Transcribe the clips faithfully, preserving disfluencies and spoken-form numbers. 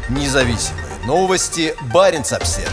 Независимые новости. Баренц-Обсервер.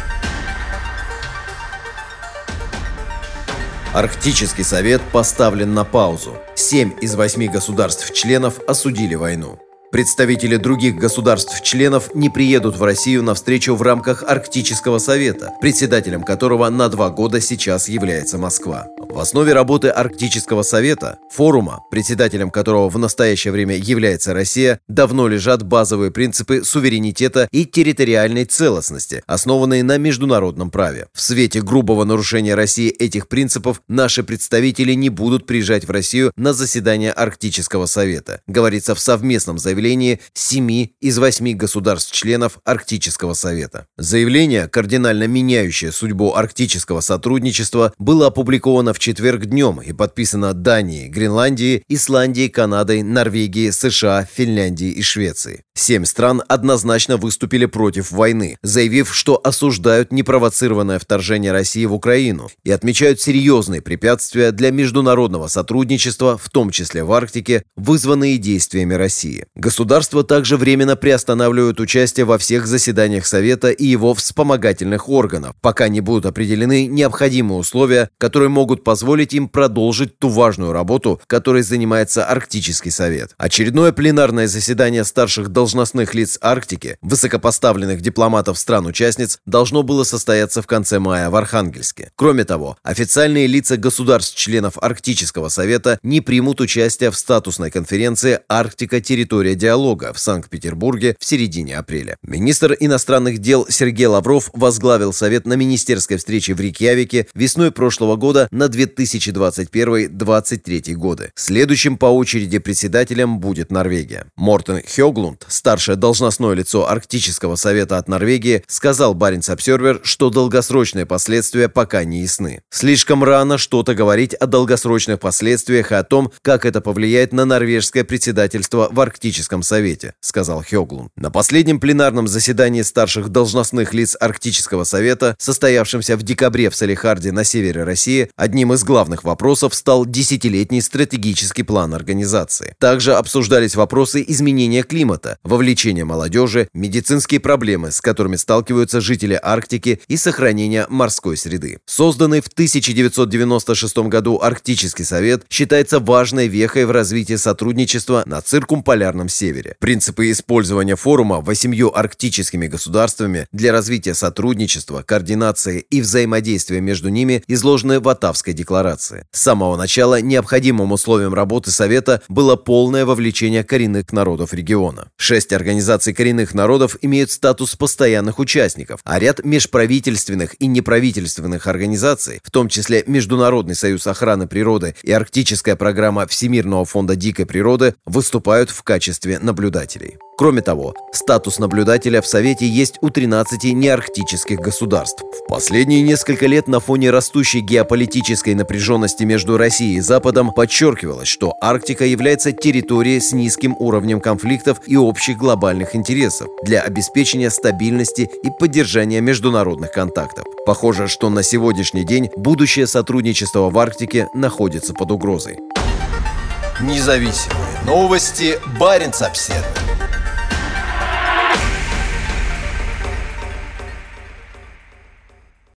Арктический совет поставлен на паузу. Семь из восьми государств-членов осудили войну. Представители других государств-членов не приедут в Россию на встречу в рамках Арктического совета, председателем которого на два года сейчас является Москва. В основе работы Арктического совета, форума, председателем которого в настоящее время является Россия, давно лежат базовые принципы суверенитета и территориальной целостности, основанные на международном праве. В свете грубого нарушения России этих принципов наши представители не будут приезжать в Россию на заседание Арктического совета, говорится в совместном заявлении семи из восьми государств-членов Арктического совета. Заявление, кардинально меняющее судьбу арктического сотрудничества, было опубликовано в четверг днем и подписано Данией, Гренландией, Исландией, Канадой, Норвегией, США, Финляндией и Швецией. Семь стран однозначно выступили против войны, заявив, что осуждают непровоцированное вторжение России в Украину и отмечают серьезные препятствия для международного сотрудничества, в том числе в Арктике, вызванные действиями России. Государства также временно приостанавливают участие во всех заседаниях Совета и его вспомогательных органов, пока не будут определены необходимые условия, которые могут позволить им продолжить ту важную работу, которой занимается Арктический совет. Очередное пленарное заседание старших должностных лиц Арктики, высокопоставленных дипломатов стран-участниц, должно было состояться в конце мая в Архангельске. Кроме того, официальные лица государств-членов Арктического совета не примут участие в статусной конференции «Арктика. Территория диалога» в Санкт-Петербурге в середине апреля. Министр иностранных дел Сергей Лавров возглавил совет на министерской встрече в Рейкьявике весной прошлого года на две тысячи двадцать первый — двадцать третий годы. Следующим по очереди председателем будет Норвегия. Мортен Хёглунд, старшее должностное лицо Арктического совета от Норвегии, сказал Баренц-Обсервер, что долгосрочные последствия пока не ясны. Слишком рано что-то говорить о долгосрочных последствиях и о том, как это повлияет на норвежское председательство в Арктическом совете, сказал Хёглунд. На последнем пленарном заседании старших должностных лиц Арктического совета, состоявшемся в декабре в Салехарде на севере России, одним из главных вопросов стал десятилетний стратегический план организации. Также обсуждались вопросы изменения климата, вовлечения молодежи, медицинские проблемы, с которыми сталкиваются жители Арктики, и сохранения морской среды. Созданный в тысяча девятьсот девяносто шестом году Арктический совет считается важной вехой в развитии сотрудничества на циркумполярном севере. Принципы использования форума восемью арктическими государствами для развития сотрудничества, координации и взаимодействия между ними изложены в Оттавской декларации. С самого начала необходимым условием работы Совета было полное вовлечение коренных народов региона. Шесть организаций коренных народов имеют статус постоянных участников, а ряд межправительственных и неправительственных организаций, в том числе Международный союз охраны природы и Арктическая программа Всемирного фонда дикой природы, выступают в качестве наблюдателей. Кроме того, статус наблюдателя в Совете есть у тринадцати неарктических государств. В последние несколько лет на фоне растущей геополитической напряженности между Россией и Западом подчеркивалось, что Арктика является территорией с низким уровнем конфликтов и общих глобальных интересов для обеспечения стабильности и поддержания международных контактов. Похоже, что на сегодняшний день будущее сотрудничества в Арктике находится под угрозой. Независимые новости. Баренц-Обсервер.